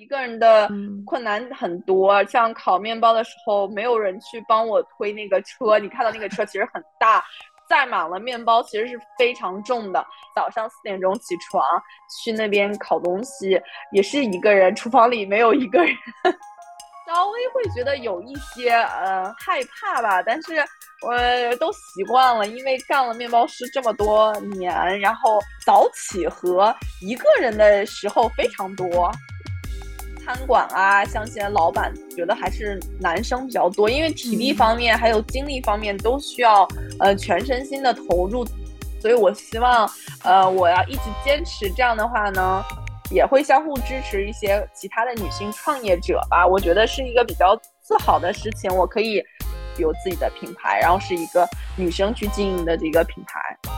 一个人的嗯， 困难很多，像烤面包的时候，没有人去帮我推那个车。你看到那个车其实很大，载满了面包，其实是非常重的。早上4点钟起床去那边烤东西，也是一个人，厨房里没有一个人。稍微会觉得有一些害怕吧，但是我都习惯了，因为干了面包师这么多年，然后早起和一个人的时候非常多。餐馆啊，像现在老板觉得还是男生比较多，因为体力嗯， 方面还有精力方面都需要全身心的投入，所以我希望我要一直坚持，这样的话呢，也会相互支持一些其他的女性创业者吧。我觉得是一个比较自豪的事情，我可以有自己的品牌，然后是一个女生去经营的这个品牌。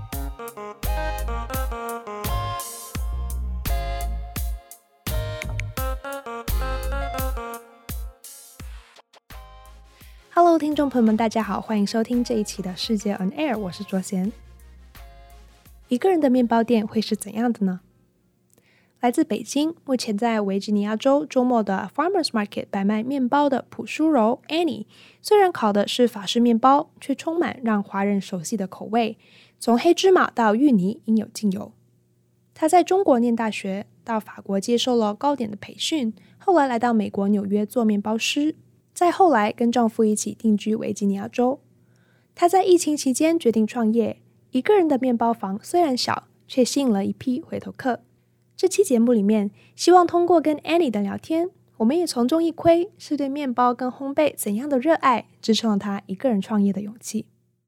Hello，听众朋友们，大家好，欢迎收听这一期的世界 On Air，我是卓贤。一个人的面包店会是怎样的呢？来自北京，目前在维吉尼亚州周末的 Farmers Market 摆卖面包的朴淑柔 Annie，虽然烤的是法式面包，却充满让华人熟悉的口味，从黑芝麻到芋泥，应有尽有。她在中国念大学，到法国接受了糕点的培训，后来来到美国纽约做面包师，再后来跟丈夫一起定居维吉尼亚州。她在疫情期间决定创业，一个人的面包房虽然小，却吸引了一批回头客。这期节目里面，希望通过跟 Annie 的聊天，我们也从中一窥是对面包跟烘焙怎样的热爱，支撑了她一个人创业的勇气。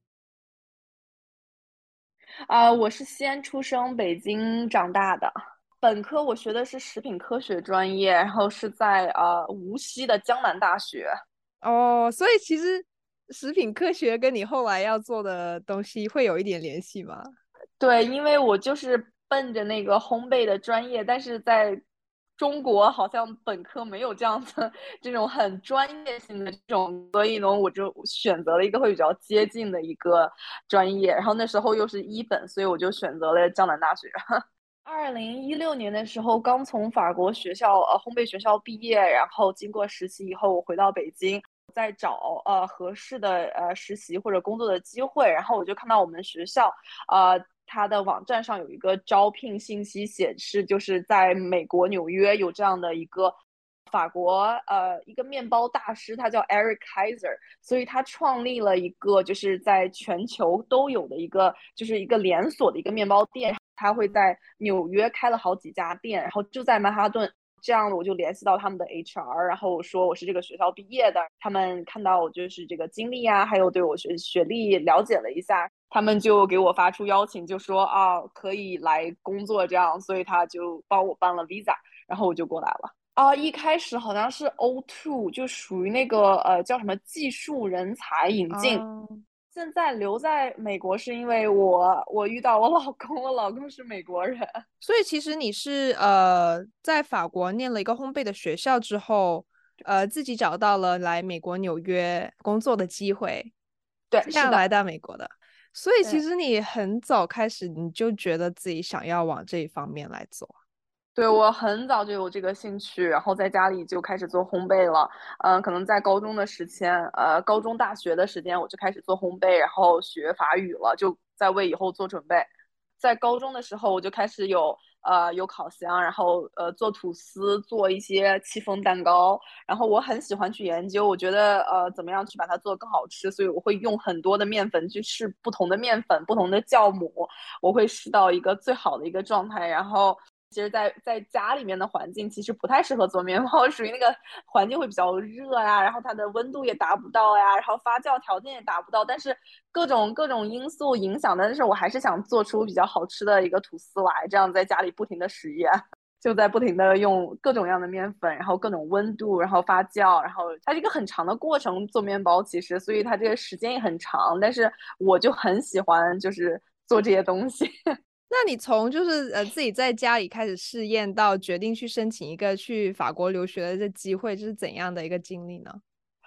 我是西安出生，北京长大的。本科我学的是食品科学专业，然后是在无锡的江南大学。 哦，所以其实食品科学跟你后来要做的东西会有一点联系吗？ 对，因为我就是奔着那个烘焙的专业，但是在中国好像本科没有这样子这种很专业性的这种，所以呢，我就选择了一个会比较接近的一个专业。然后那时候又是一本，所以我就选择了江南大学。2016年的时候，刚从法国学校烘焙学校毕业，然后经过实习以后，我回到北京，在找合适的实习或者工作的机会，然后我就看到我们学校它的网站上有一个招聘信息显示，就是在美国纽约有这样的一个法国一个面包大师，他叫 Eric Kaiser，所以他创立了一个就是在全球都有的一个就是一个连锁的一个面包店，他会在纽约开了好几家店，然后就在曼哈顿。这样我就联系到他们的 HR，然后我说我是这个学校毕业的，他们看到我就是这个经历啊，还有对我学历了解了一下，他们就给我发出邀请，就说可以来工作这样，所以他就帮我办了 visa，然后我就过来了。一开始好像是 O2，就属于那个叫什么技术人才引进。 哦， 现在留在美国是因为我遇到我老公，我老公是美国人。 所以其实你是在法国念了一个烘焙的学校之后，自己找到了来美国纽约工作的机会， 对，是的。 这样来到美国的。所以其对， 实你很早开始你就觉得自己想要往这一方面来走。 对，我很早就有这个兴趣，然后在家里就开始做烘焙了。可能在高中的时间，高中大学的时间我就开始做烘焙，然后学法语了，就在为以后做准备。在高中的时候，我就开始有烤箱，然后做吐司，做一些戚风蛋糕。然后我很喜欢去研究，我觉得怎么样去把它做得更好吃，所以我会用很多的面粉去试不同的面粉、不同的酵母，我会试到一个最好的一个状态，然后。其实在家里面的环境其实不太适合做面包，属于那个环境会比较热呀，然后它的温度也达不到呀，然后发酵条件也达不到，但是各种因素影响的，但是我还是想做出比较好吃的一个吐司来，这样在家里不停的实验，就在不停的用各种样的面粉，然后各种温度，然后发酵，然后它是一个很长的过程做面包，其实，所以它这个时间也很长，但是我就很喜欢就是做这些东西。 那你从就是自己在家里开始试验，到决定去申请一个去法国留学的这机会，这是怎样的一个经历呢？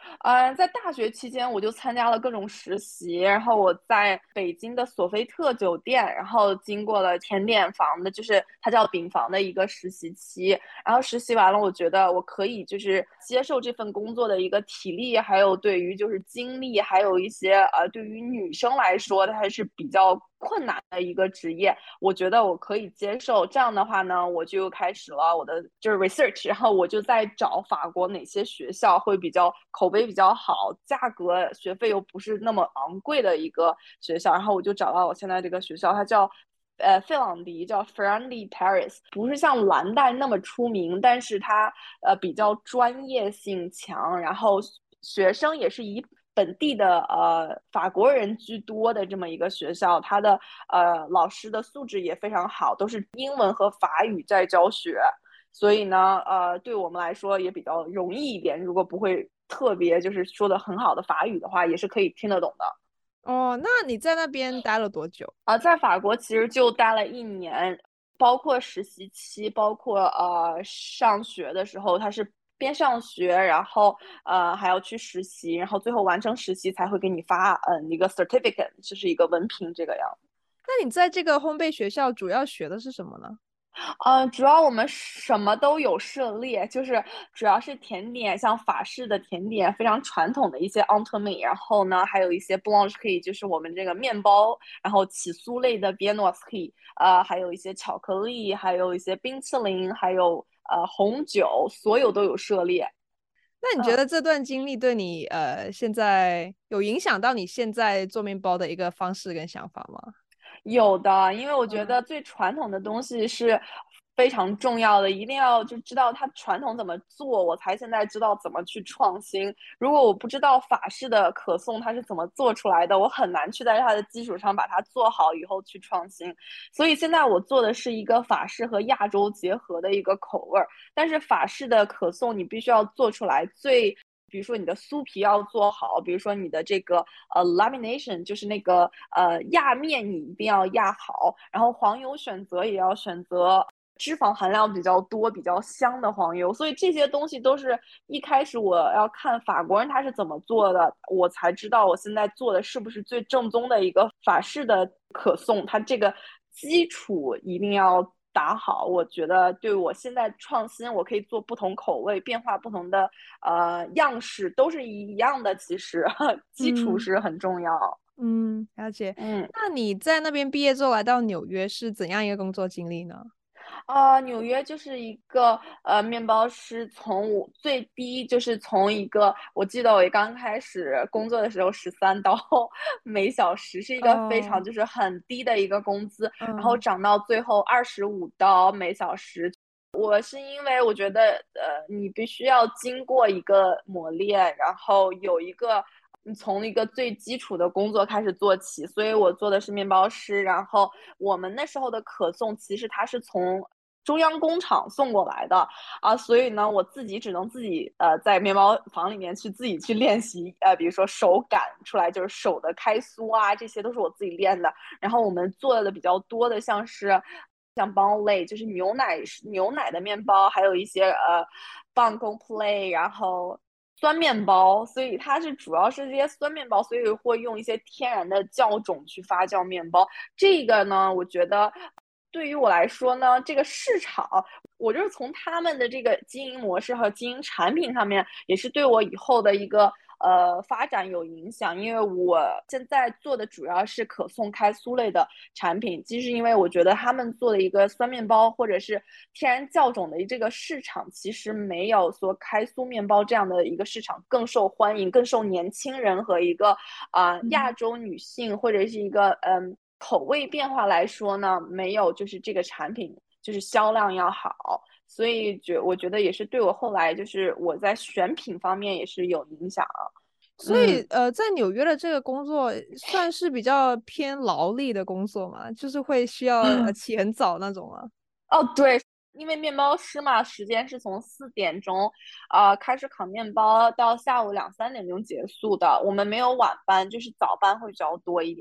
在大学期间我就参加了各种实习，然后我在北京的索菲特酒店，然后经过了甜点房的，就是它叫饼房的一个实习期，然后实习完了，我觉得我可以就是接受这份工作的一个体力，还有对于就是精力，还有一些对于女生来说，它还是比较困难的一个职业，我觉得我可以接受。这样的话呢，我就开始了我的就是 research，然后我就在找法国哪些学校会比较口碑比较好，价格学费又不是那么昂贵的一个学校，然后我就找到我现在这个学校，它叫费朗迪，叫 Friendly Paris，不是像蓝带那么出名，但是它比较专业性强，然后学生也是以本地的法国人居多的这么一个学校，它的老师的素质也非常好，都是英文和法语在教学，所以呢对我们来说也比较容易一点，如果不会特别就是说的很好的法语的话，也是可以听得懂的。 哦，那你在那边待了多久？ 在法国其实就待了1年，包括实习期，包括上学的时候，他是边上学，然后还要去实习，然后最后完成实习才会给你发一个 certificate，就是一个文凭这个样。 那你在这个烘焙学校主要学的是什么呢？ 主要我们什么都有涉猎，就是主要是甜点，像法式的甜点，非常传统的一些 entremet，然后呢，还有一些 boulangerie，就是我们这个面包，然后起酥类的 viennoiserie，还有一些巧克力，还有一些冰淇淋，还有红酒，所有都有涉猎。 那你觉得这段经历对你现在有影响到你现在做面包的一个方式跟想法吗？ 有的，因为我觉嗯得最传统的东西是非常重要的，一定要就知道它传统怎么做，我才现在知道怎么去创新。如果我不知道法式的可颂它是怎么做出来的，我很难去在它的基础上把它做好以后去创新。所以现在我做的是一个法式和亚洲结合的一个口味儿，但是法式的可颂你必须要做出来最。比如说你的酥皮要做好，比如说你的这个lamination，就是那个压面你一定要压好，然后黄油选择也要选择脂肪含量比较多、比较香的黄油，所以这些东西都是一开始我要看法国人他是怎么做的，我才知道我现在做的是不是最正宗的一个法式的可颂，它这个基础一定要打好。我觉得对我现在创新，我可以做不同口味、变化不同的样式，都是一样的。其实基础嗯是很重要。 嗯，了解。 嗯。 那你在那边毕业之后来到纽约是怎样一个工作经历呢？ 纽约就是一个面包师，从我最低就是从一个，我记得我刚开始工作的时候13刀每小时，是一个非常哦， 就是很低的一个工资，然后嗯涨到最后25刀每小时。我是因为我觉得，你必须要经过一个磨练，然后有一个你从一个最基础的工作开始做起，所以我做的是面包师。然后我们那时候的可颂，其实它是从中央工厂送过来的所以呢，我自己只能自己在面包房里面去自己去练习，比如说手擀出来就是手的开酥啊，这些都是我自己练的。然后我们做的比较多的像 bun 类，就是牛奶的面包，还有一些棒公 play，然后酸面包，所以它是主要是这些酸面包，所以会用一些天然的酵种去发酵面包。这个呢，我觉得对于我来说呢，这个市场，我就是从他们的这个经营模式和经营产品上面，也是对我以后的一个发展有影响。因为我现在做的主要是可颂开酥类的产品，就是因为我觉得他们做的一个酸面包或者是天然酵种的这个市场，其实没有说开酥面包这样的一个市场更受欢迎，更受年轻人和一个亚嗯洲女性或者是一个口味变化来说呢，没有就是这个产品就是销量要好。所以我觉得也是对我后来就是我在选品方面也是有影响。 所以嗯在纽约的这个工作算是比较偏劳力的工作嘛，就是会需要起很早那种啊。 哦对，因为面包师嘛，时间是从4点钟开始烤面包到下午2、3点钟结束的。我们没有晚班，就是早班会比较多一点。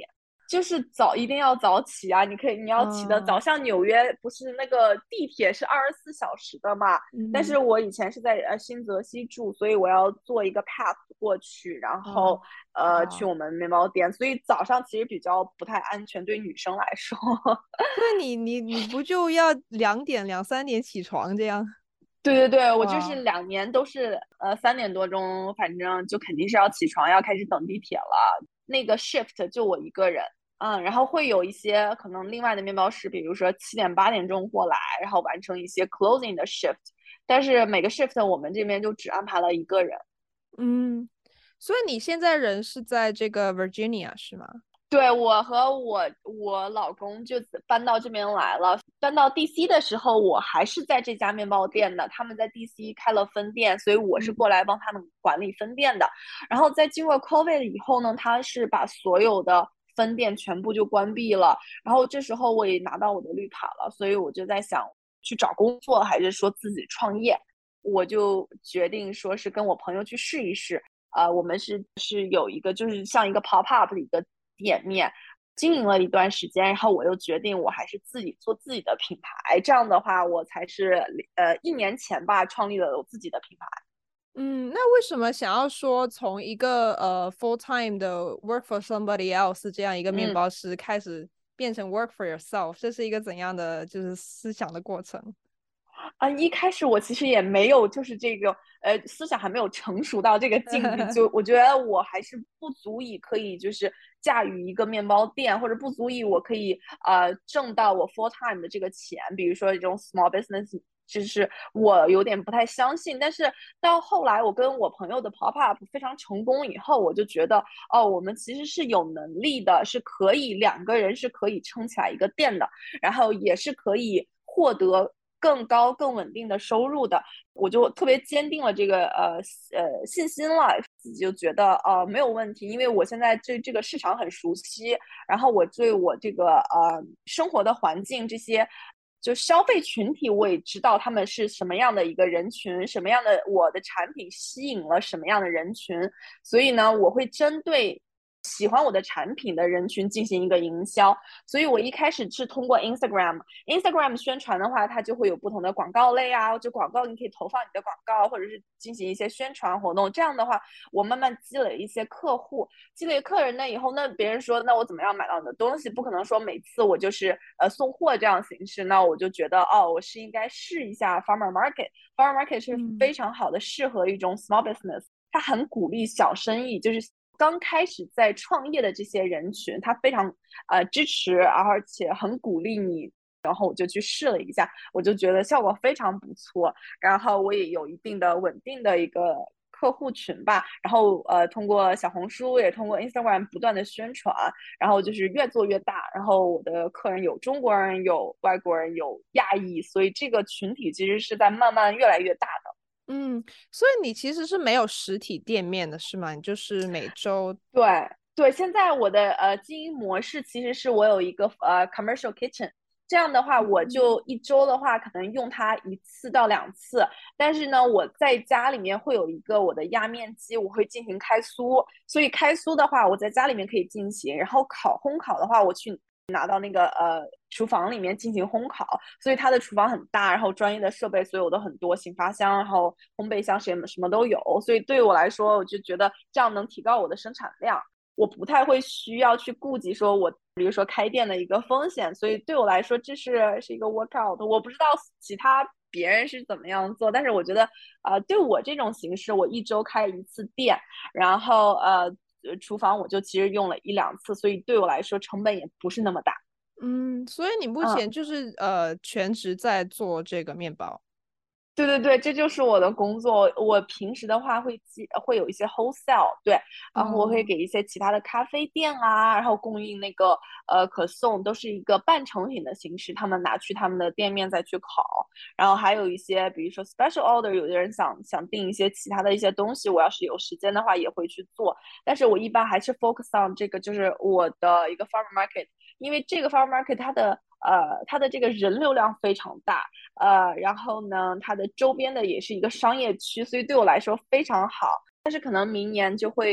就是一定要早起啊！你要起得早， 嗯像纽约不是那个地铁是24小时的嘛？但是嗯我以前是在新泽西住，所以我要坐一个 path 过去，然后哦， 去哇， 我们面包店，所以早上其实比较不太安全，对女生来说。 所以你不就要2点2、3点起床这样？ 对对对，我就是哇， 2年都是3点多钟，反正就肯定是要起床，要开始等地铁了。那个 shift 就我一个人，然后会有一些可能另外的面包师，比如说7点8点钟过来，然后完成一些 closing 的 shift，但是每个 shift 我们这边就只安排了一个人。 嗯，所以你现在人是在这个 Virginia 是吗？ 对，我和我老公就搬到这边来了。搬到 DC 的时候，我还是在这家面包店的，他们在 DC 开了分店，所以我是嗯过来帮他们管理分店的。然后在经过 COVID 以后呢，他是把所有的分店全部就关闭了。然后这时候我也拿到我的绿卡了，所以我就在想去找工作，还是说自己创业。我就决定说是跟我朋友去试一试。我们是有一个就是像一个 pop up 的一个店面，经营了一段时间，然后我又决定我还是自己做自己的品牌，这样的话我才是1年前吧创立了我自己的品牌。 嗯，那为什么想要说从一个full time 的 work for somebody else 这样一个面嗯， 包师开始变成 work for yourself，这是一个怎样的就是思想的过程？ 一开始我其实也没有，就是这个思想还没有成熟到这个境地，就我觉得我还是不足以可以就是驾驭一个面包店，或者不足以我可以挣到我 full time 的这个钱，比如说这种 small business。就是我有点不太相信，但是到后来我跟我朋友的 pop up 非常成功以后，我就觉得哦，我们其实是有能力的，是可以2个人是可以撑起来一个店的，然后也是可以获得更高、更稳定的收入的。我就特别坚定了这个信心了，自己就觉得没有问题，因为我现在对这个市场很熟悉，然后我对我这个生活的环境这些。就消费群体，我也知道他们是什么样的一个人群，什么样的我的产品吸引了什么样的人群，所以呢，我会针对喜欢我的产品的人群进行一个营销。所以我一开始是通过 Instagram 宣传的话，它就会有不同的广告类啊，就广告你可以投放你的广告，或者是进行一些宣传活动。这样的话，我慢慢积累一些客户，积累客人呢以后，那别人说那我怎么样买到你的东西？不可能说每次我就是送货这样形式，那我就觉得哦，我是应该试一下 farmer market。farmer market 是嗯非常好的，适合一种 small business。它很鼓励小生意，就是刚开始在创业的这些人群，他非常支持，而且很鼓励你。然后我就去试了一下，我就觉得效果非常不错，然后我也有一定的稳定的一个客户群吧，然后通过小红书也通过 Instagram 不断的宣传，然后就是越做越大，然后我的客人有中国人，有外国人，有亚裔，所以这个群体其实是在慢慢越来越大的。 嗯，所以你其实是没有实体店面的是吗？你就是每周对对，现在我的经营模式其实是我有一个commercial kitchen，这样的话我就一周的话可能用它1次到2次，但是呢我在家里面会有一个我的压面机，我会进行开酥，所以开酥的话我在家里面可以进行，然后烘烤的话我去拿到那个厨房里面进行烘烤，所以它的厨房很大，然后专业的设备所有的很多，醒发箱，然后烘焙箱什么都有，所以对于我来说，我就觉得这样能提高我的生产量。我不太会需要去顾及说我比如说开店的一个风险，所以对我来说这是一个 workout。我不知道其他别人是怎么样做，但是我觉得对我这种形式，我一周开1次店，然后厨房我就其实用了1、2次，所以对我来说成本也不是那么大。 嗯，所以你目嗯， 前就是全职在做这个面包。 对对对，这就是我的工作。我平时的话会有一些 wholesale，对，然后我会哦， 给一些其他的咖啡店啊，然后供应那个可颂，都是一个半成品的形式，他们拿去他们的店面再去烤。然后还有一些，比如说 special order，有的人想订一些其他的一些东西，我要是有时间的话也会去做。但是我一般还是 focus on 这个，就是我的一个 farmer market，因为这个 farmer market 它的这个人流量非常大。然后呢，它的周边的也是一个商业区，所以对我来说非常好。但是可能明年就会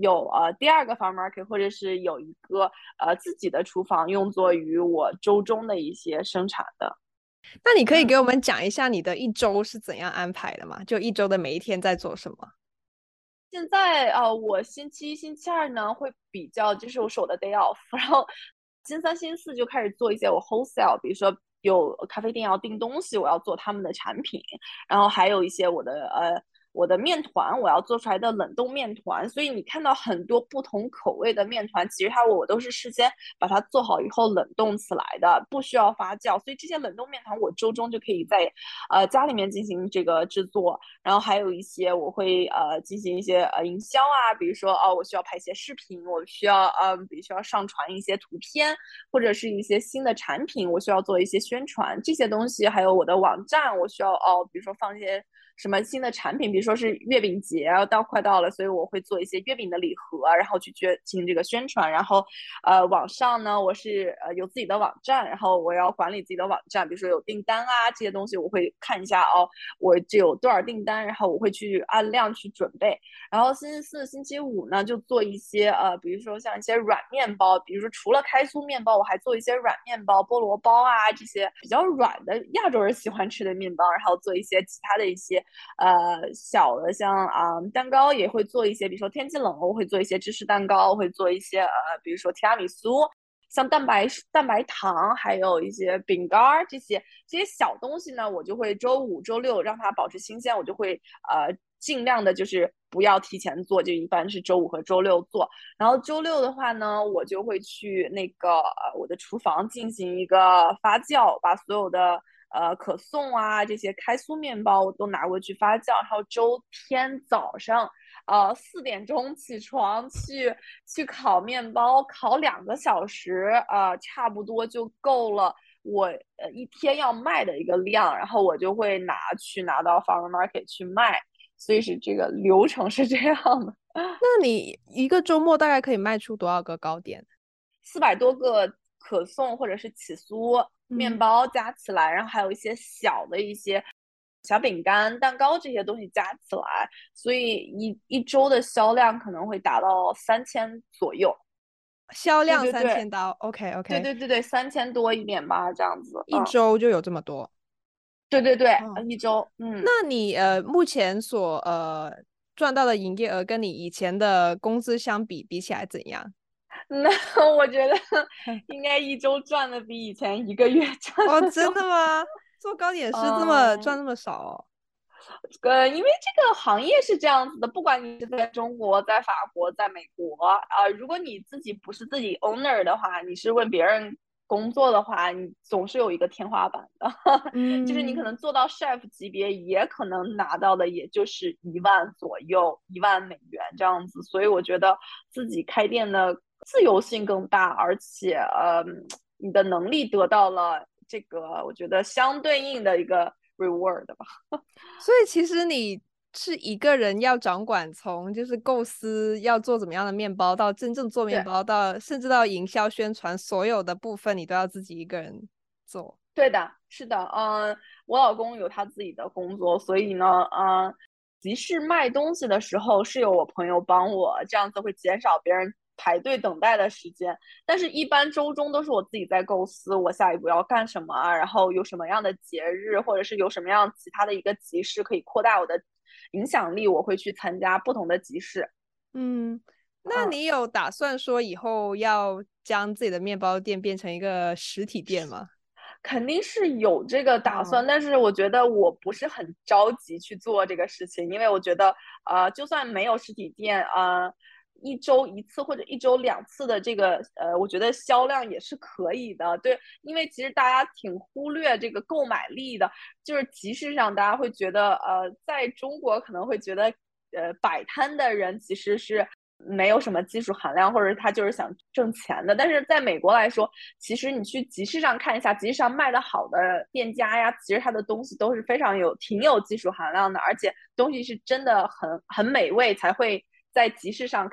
有第二个 farm market，或者是有一个自己的厨房用作于我周中的一些生产的。 那你可以给我们讲一下你的一周是怎样安排的吗？就一周的每一天在做什么？ 现在我星期一、星期二呢会比较，就是我是我的 day off，然后星期三、星期四就开始做一些我 wholesale，比如说有咖啡店要订东西，我要做他们的产品，然后还有一些我的面团，我要做出来的冷冻面团，所以你看到很多不同口味的面团，其实我都是事先把它做好以后冷冻起来的，不需要发酵，所以这些冷冻面团我周中就可以在家里面进行这个制作，然后还有一些我会进行一些营销啊，比如说我需要拍一些视频，我需要比如说上传一些图片，或者是一些新的产品，我需要做一些宣传，这些东西还有我的网站，我需要比如说放一些什么新的产品，比如说是月饼节快到了，所以我会做一些月饼的礼盒，然后去进行这个宣传。然后网上呢，我是有自己的网站，然后我要管理自己的网站，比如说有订单啊这些东西，我会看一下我这有多少订单，然后我会去按量去准备。然后星期四、星期五呢，就做一些比如说像一些软面包，比如说除了开酥面包，我还做一些软面包、菠萝包啊这些比较软的亚洲人喜欢吃的面包，然后做一些其他的一些小的像蛋糕也会做一些，比如说天气冷了我会做一些芝士蛋糕，我会做一些比如说提拉米苏。像蛋白糖，还有一些饼干这些小东西呢，我就会周五、周六让它保持新鲜，我就会尽量的就是不要提前做，就一般是周五和周六做。然后周六的话呢，我就会去那个我的厨房进行一个发酵，把所有的可颂啊这些开酥面包都拿过去发酵，然后周天早上4点钟起床去烤面包，烤2个小时，差不多就够了。我一天要卖的一个量，然后我就会拿到 farmer market 去卖，所以是这个流程是这样的。 那你一个周末大概可以卖出多少个糕点 400多个可颂或者是起酥面嗯， 包加起来，然后还有一些小的一些小饼干、蛋糕这些东西加起来，所以一周的销量可能会达到3000左右。 销量对对对 3000刀，OK 对 OK， 对对对3000多一点吧，这样子。 一周就有这么多。 对对对， 哦， 一周， 那你目前所赚到的营业额跟你以前的工资比起来怎样？ 那我觉得应该一周赚的比以前一个月赚哦， 的要， 真的吗？做糕点师赚嗯， 这么少哦？ 因为这个行业是这样子的，不管你是在中国、在法国、在美国如果你自己不是自己 owner 的话，你是为别人工作的话，你总是有一个天花板的，就是你可嗯， 能做到 chef 级别，也可能拿到的也就是1万左右，1万美元这样子。所以我觉得自己开店的自由性更大，而且你的能力得到了这个，我觉得相对应的一个 reward 吧。 所以其实你是一个人要掌管从就是构思要做怎么样的面包，到真正做面对， 包，到甚至到营销宣传，所有的部分你都要自己一个人做。 对的，是的，我老公有他自己的工作，所以呢，集市卖东西的时候是有我朋友帮我，这样子会减少别人排队等待的时间。但是，一般周中都是我自己在构思，我下一步要干什么啊，然后有什么样的节日，或者是有什么样其他的一个集市可以扩大我的影响力，我会去参加不同的集市。 嗯，那嗯， 你有打算说以后要将自己的面包店变成一个实体店吗？ 肯定是有这个打嗯算，但是我觉得我不是很着急去做这个事情，因为我觉得，就算没有实体店，一周一次或者一周2次的这个，我觉得销量也是可以的。对，因为其实大家挺忽略这个购买力的，就是集市上大家会觉得，在中国可能会觉得，摆摊的人其实是没有什么技术含量，或者他就是想挣钱的。但是在美国来说，其实你去集市上看一下，集市上卖的好的店家呀，其实他的东西都是非常挺有技术含量的，而且东西是真的很美味，才会在集市上可以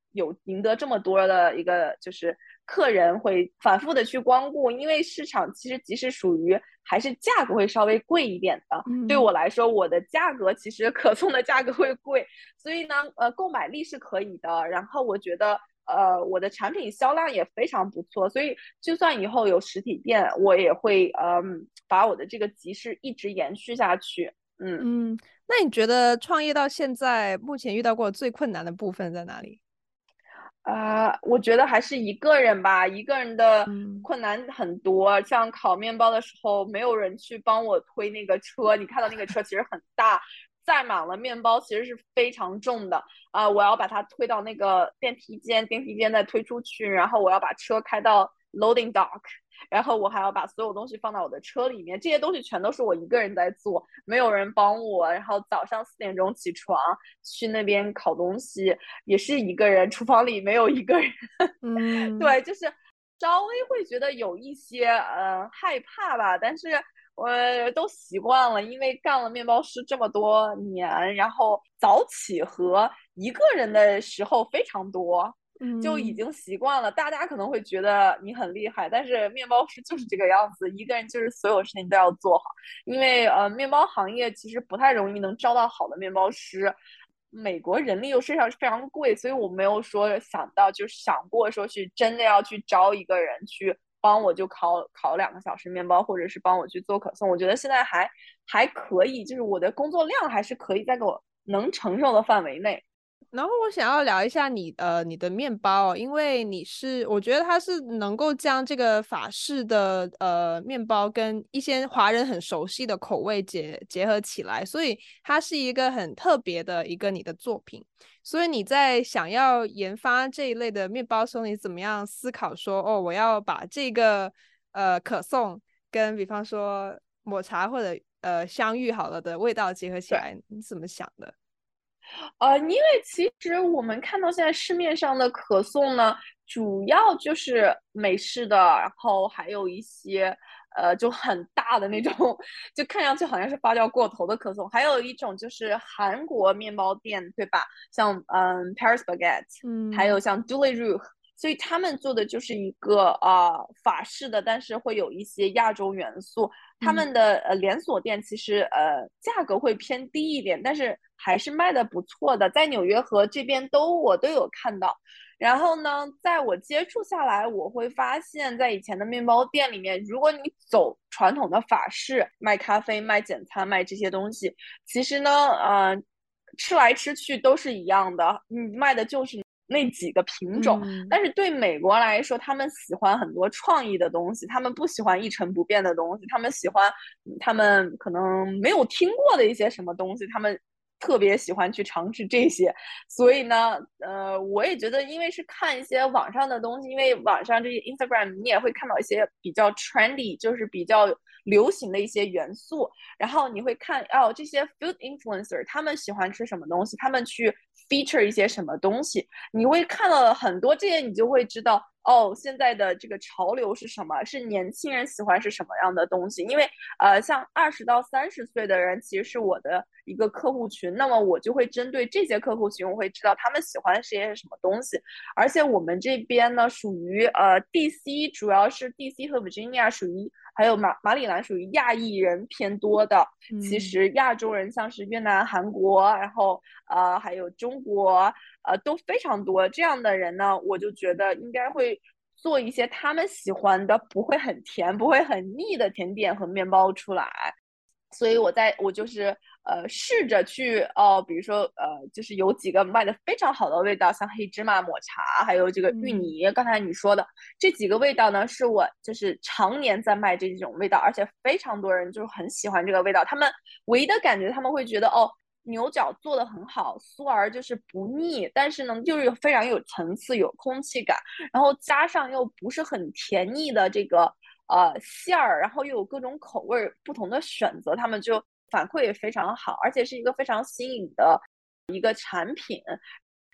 有赢得这么多的一个就是客人会反复的去光顾，因为市场其实即使属于还是价格会稍微贵一点的，对我来说我的价格其实可颂的价格会贵，所以呢购买力是可以的，然后我觉得我的产品销量也非常不错，所以就算以后有实体店，我也会把我的这个集市一直延续下去。 那你觉得创业到现在，目前遇到过最困难的部分在哪里？ 我觉得还是一个人吧，一个人的嗯困难很多。像烤面包的时候，没有人去帮我推那个车，你看到那个车其实很大，载满了面包，其实是非常重的我要把它推到那个电梯间，电梯间再推出去，然后我要把车开到 loading dock，然后我还要把所有东西放到我的车里面，这些东西全都是我一个人在做，没有人帮我。然后早上4点钟起床去那边烤东西，也是一个人，厨房里没有一个人。 嗯对，就是稍微会觉得有一些害怕吧，但是我都习惯了，因为干了面包师这么多年，然后早起和一个人的时候非常多，就已嗯经习惯了。大家可能会觉得你很厉害，但是面包师就是这个样子，一个人就是所有事情都要做好。因为面包行业其实不太容易能招到好的面包师，美国人力又非常贵，所以我没有说想到，就是想过说去真的要去招一个人去帮我就烤2个小时面包，或者是帮我去做可颂。我觉得现在还可以，就是我的工作量还是可以在我能承受的范围内。 然后我想要聊一下你的面包哦，因为我觉得它是能够将这个法式的面包跟一些华人很熟悉的口味结合起来，所以它是一个很特别的一个你的作品。所以你在想要研发这一类的面包的时候，你怎么样思考说，哦，我要把这个可颂跟比方说抹茶或者香芋好了的味道结合起对， 来，你怎么想的？ 因为其实我们看到现在市面上的可颂呢，主要就是美式的，然后还有一些就很大的那种，就看上去好像是发酵过头的可颂，还有一种就是韩国面包店，对吧？像Paris Baguette，还有嗯像 Douley r o u 所以他们做的就是一个法式的，但是会有一些亚洲元素。他嗯。 们的连锁店其实价格会偏低一点，但是还是卖的不错的，在纽约和这边我都有看到。然后呢，在我接触下来，我会发现，在以前的面包店里面，如果你走传统的法式，卖咖啡、卖简餐、卖这些东西，其实呢，吃来吃去都是一样的，你卖的就是那几个品种。 嗯但是对美国来说，他们喜欢很多创意的东西，他们不喜欢一成不变的东西，他们喜欢他们可能没有听过的一些什么东西，他们特别喜欢去尝试这些。所以呢，我也觉得，因为是看一些网上的东西，因为网上这些 Instagram 你也会看到一些比较 trendy，就是比较流行的一些元素，然后你会看这些 food influencer 他们喜欢吃什么东西，他们去 feature 一些什么东西，你会看到很多这些，你就会知道现在的这个潮流是什么，是年轻人喜欢是什么样的东西。因为像20到30岁的人，其实是我的一个客户群，那么我就会针对这些客户群，我会知道他们喜欢些什么东西。而且我们这边呢，属于DC，主要是 DC 和 Virginia 属于。还有马里兰属于亚裔人偏多的，其嗯实亚洲人像是越南、韩国，然后还有中国，都非常多。这样的人呢，我就觉得应该会做一些他们喜欢的，不会很甜、不会很腻的甜点和面包出来。所以我就是试着去比如说就是有几个卖的非常好的味道，像黑芝麻抹茶，还有这个芋嗯泥，刚才你说的这几个味道呢，是我就是常年在卖这种味道，而且非常多人就是很喜欢这个味道。他们唯一的感觉，他们会觉得牛角做的很好，酥儿就是不腻，但是呢，就是非常有层次、有空气感，然后加上又不是很甜腻的这个馅儿，然后又有各种口味不同的选择，他们就反馈也非常好，而且是一个非常新颖的一个产品。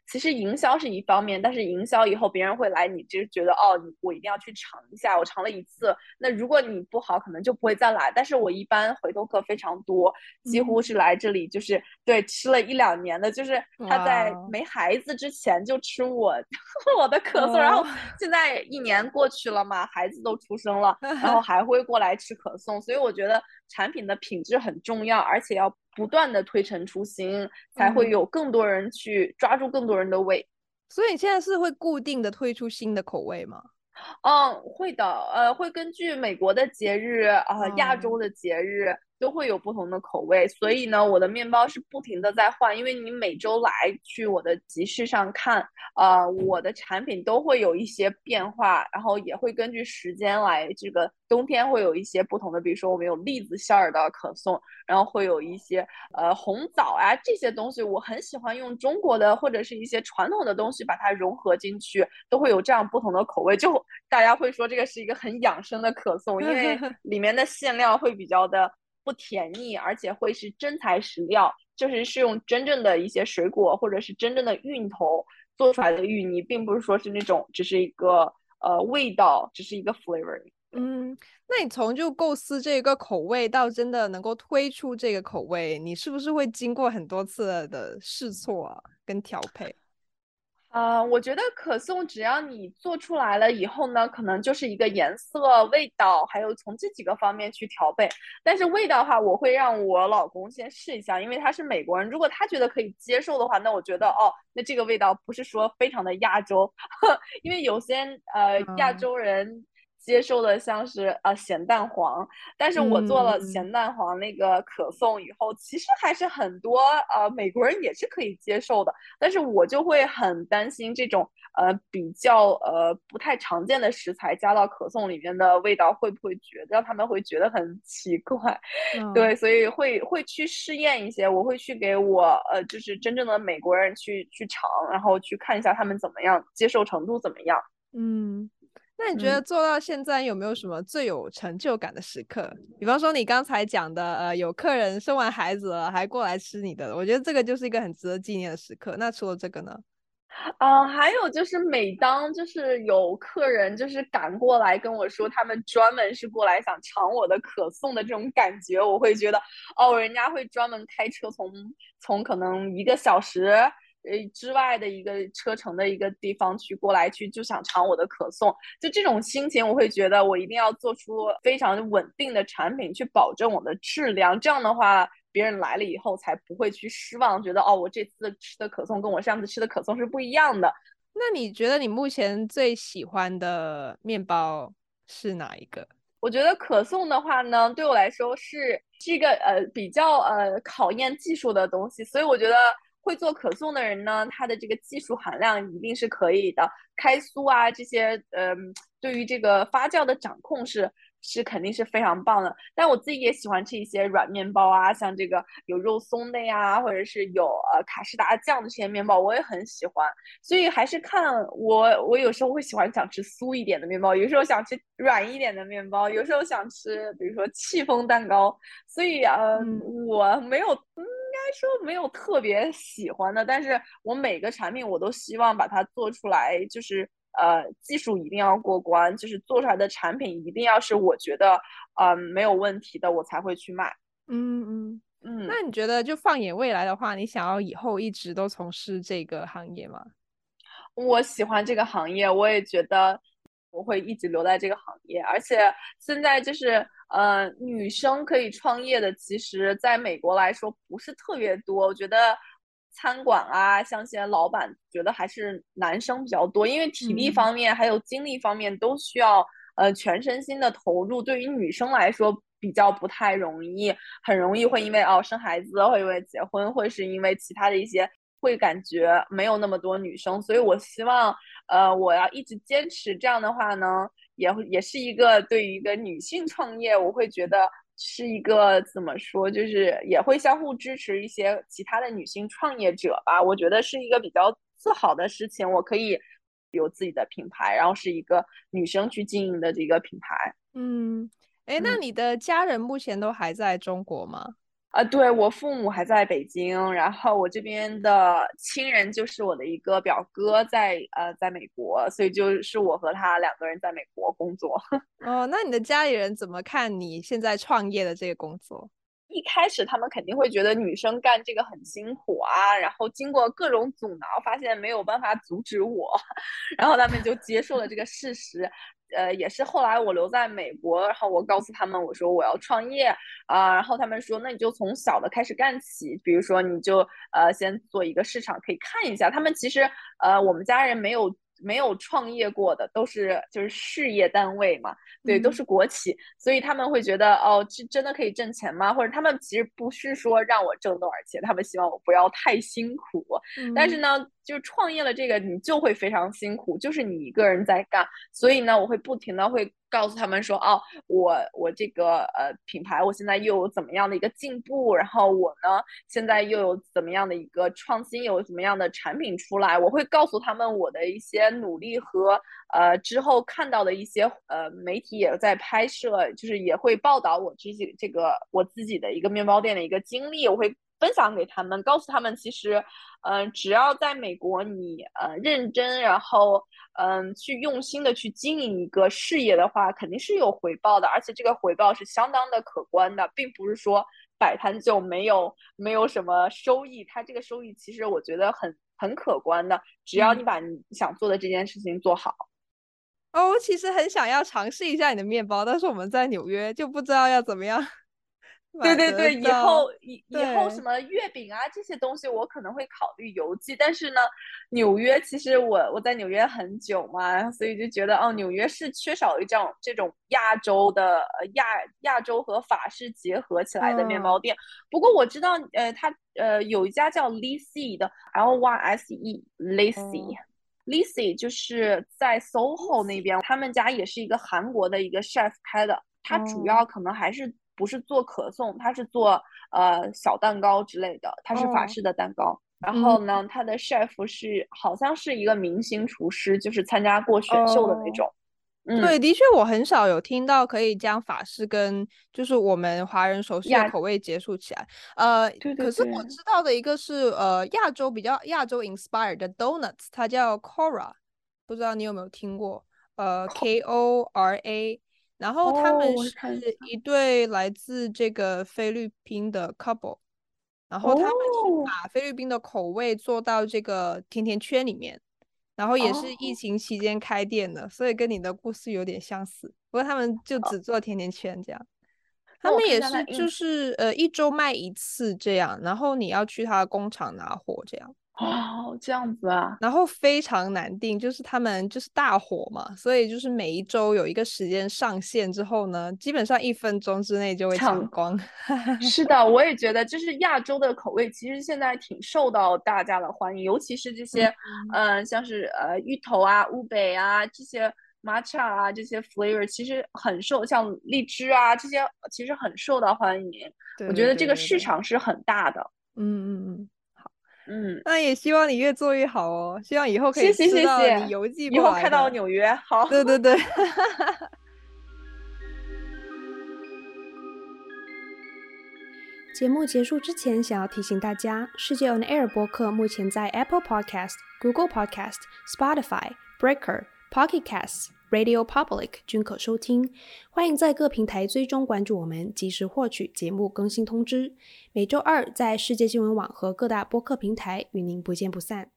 其实营销是一方面，但是营销以后别人会来，你就觉得哦，我一定要去尝一下，我尝了一次，那如果你不好，可能就不会再来。但是我一般回头客非常多，几乎是来这里就是对吃了1-2年的，就是他在哇没孩子之前就吃我的可颂，然哦， 后现在1年过去了嘛，孩子都出生了，然后还会过来吃可颂，所以我觉得产品的品质很重要，而且要不断的推陈出新，才会有更多人去抓住更多人的胃。 所以你现在是会固定的推出新的口味吗？ 会的，会根据美国的节日亚嗯洲的节日都会有不同的口味，所以呢，我的面包是不停的在换，因为你每周来去我的集市上看，我的产品都会有一些变化，然后也会根据时间来，这个冬天会有一些不同的，比如说我们有栗子馅儿的可颂，然后会有一些红枣啊这些东西，我很喜欢用中国的或者是一些传统的东西把它融合进去，都会有这样不同的口味。就大家会说这个是一个很养生的可颂，因为里面的馅料会比较的不甜腻，而且会是真材实料，就是用真正的一些水果或者是真正的芋头做出来的芋泥，并不是说是那种只是一个味道，只是一个 flavoring。 嗯，那你从就构思这个口味到真的能够推出这个口味，你是不是会经过很多次的试错啊，跟调配？ 我觉得可颂只要你做出来了以后呢，可能就是一个颜色、味道，还有从这几个方面去调配。但是味道的话，我会让我老公先试一下，因为他是美国人，如果他觉得可以接受的话，那我觉得哦，那这个味道不是说非常的亚洲，因为有些亚嗯洲人接受的像是咸蛋黄，但是我做了嗯咸蛋黄那个可颂以后，其实还是很多美国人也是可以接受的。但是我就会很担心这种比较不太常见的食材加到可颂里面的味道会不会让他们会觉得很奇怪， 嗯对，所以会去试验一些，我会去给我就是真正的美国人去尝，然后去看一下他们怎么样接受程度怎么样， 嗯。那你觉得嗯。 做到现在有没有什么最有成就感的时刻？比方说你刚才讲的，有客人生完孩子了还过来吃你的，我觉得这个就是一个很值得纪念的时刻。那除了这个呢？ 还有就是每当就是有客人就是赶过来跟我说，他们专门是过来想尝我的可颂的这种感觉，我会觉得哦，人家会专门开车从可能1个小时之外的一个车程的一个地方去过来就想尝我的可颂，就这种心情，我会觉得我一定要做出非常稳定的产品，去保证我的质量。这样的话，别人来了以后才不会去失望，觉得哦，我这次吃的可颂跟我上次吃的可颂是不一样的。 那你觉得你目前最喜欢的面包是哪一个？ 我觉得可颂的话呢，对我来说是一个比较考验技术的东西，所以我觉得会做可颂的人呢，他的这个技术含量一定是可以的，开酥啊这些，对于这个发酵的掌控是肯定是非常棒的。但我自己也喜欢吃一些软面包啊，像这个有肉松的呀，或者是有卡士达酱的这些面包，我也很喜欢。所以还是看我有时候会喜欢想吃酥一点的面包，有时候想吃软一点的面包，有时候想吃比如说戚风蛋糕。所以嗯我没有应该说没有特别喜欢的，但是我每个产品我都希望把它做出来，就是技术一定要过关，就是做出来的产品一定要是我觉得没有问题的，我才会去卖。 嗯嗯。 嗯。 那你觉得就放眼未来的话，你想要以后一直都从事这个行业吗？ 我喜欢这个行业，我也觉得我会一直留在这个行业。而且现在就是女生可以创业的，其实在美国来说不是特别多。我觉得餐馆啊，像一些老板，觉得还是男生比较多，因为体力嗯方面还有精力方面都需要全身心的投入。对于女生来说，比较不太容易，很容易会因为生孩子，会因为结婚，会是因为其他的一些会感觉没有那么多女生，所以我希望，我要一直坚持。这样的话呢，也是一个对于一个女性创业，我会觉得是一个怎么说，就是也会相互支持一些其他的女性创业者吧。我觉得是一个比较自豪的事情，我可以有自己的品牌，然后是一个女生去经营的这个品牌。 嗯。诶，那嗯。 你的家人目前都还在中国吗？ 对，我父母还在北京，然后我这边的亲人就是我的一个表哥在美国，所以就是我和他两个人在美国工作。 哦，那你的家里人怎么看你现在创业的这个工作？ 一开始他们肯定会觉得女生干这个很辛苦啊，然后经过各种阻挠，发现没有办法阻止我，然后他们就接受了这个事实。也是后来我留在美国，然后我告诉他们我说我要创业然后他们说那你就从小的开始干起，比如说你就先做一个市场可以看一下。他们其实我们家人没有创业过的，都是就是事业单位嘛，对，都是国企，所以他们会觉得哦，这真的可以挣钱吗？或者他们其实不是说让我挣多少钱，他们希望我不要太辛苦。但是呢，就是创业了这个你就会非常辛苦，就是你一个人在干，所以呢，我会不停的会告诉他们说，哦，我这个品牌，我现在又有怎么样的一个进步，然后我呢现在又有怎么样的一个创新，有怎么样的产品出来，我会告诉他们我的一些努力和之后看到的一些媒体也在拍摄，就是也会报道我这个我自己的一个面包店的一个经历，我会分享给他们，告诉他们其实，只要在美国你认真，然后去用心的去经营一个事业的话，肯定是有回报的，而且这个回报是相当的可观的，并不是说摆摊就没有什么收益，它这个收益其实我觉得很可观的，只要你把你想做的这件事情做好。 哦，我其实很想要尝试一下你的面包，但是我们在纽约就不知道要怎么样买得对对对，以到。 后以后什对， 么月饼啊这些东西，我可能会考虑邮寄。但是呢，纽约其实我在纽约很久嘛，所以就觉得哦，纽约是缺少一这种亚洲的亚洲和法式结合起来的面包嗯， 店。不过我知道，它有一家叫 Lisi 的 Lyse Lisi。 哦 Lisi 就是在 SOHO 那 ，easy， 边，他们家也是一个韩国的一个 chef 开的，他主哦要可能还是不是做可颂，他是做小蛋糕之类的，他是法哦， 式的蛋糕。然嗯， 后呢，他的 chef 好像是一个明星厨师，就是参加过选秀的那哦。 种。 对， 嗯， 的确，我很少有听到可以将法式跟就是我们华人熟悉的口味结束起来。 对对可是我对， 知道的一个是亚洲比较亚洲 inspired 的 donuts，它叫 Kora，不知道你有没有听过？Kora，然后他哦， 们是我看一下。 一对来自这个菲律宾的 couple，然后他们是哦把菲律宾的口味做到这个甜甜圈里面。然后也是疫哦情期间开店的，所以跟你的故事有点相似。不过他们就哦， 只做甜甜圈这样，他那我看一下他们也是就 ins。 是一周卖一次这样，然后你要去他的工厂拿货这样。 哦，这样子啊。 然后非常难定，就是他们就是大火嘛，所以就是每一周有一个时间上线之后呢，基本上1分钟之内就会抢抢光。 是的，我也觉得，就是亚洲的口味，其实现在挺受到大家的欢迎，尤其是这些， 嗯， 像是芋头啊、乌贝啊这些 matcha 啊这些 flavor，其实很受，像荔枝啊这些，其实很受到欢迎。 对对我觉得这个市对对对， 场是很大的。 嗯。 嗯， 那也希望你越做越好哦，希望以后可以谢谢吃谢谢， 到你邮寄过以后开到来的。 纽约，好。 对对对。 节目结束之前，想要提醒大家，世界 On Air 播客目前在 Apple Podcast、Google Podcast、Spotify、Breaker、Pocket Casts、Radio Public 均可收听。欢迎在各平台追踪关注我们，及时获取节目更新通知。每周二在世界新闻网和各大播客平台与您不见不散。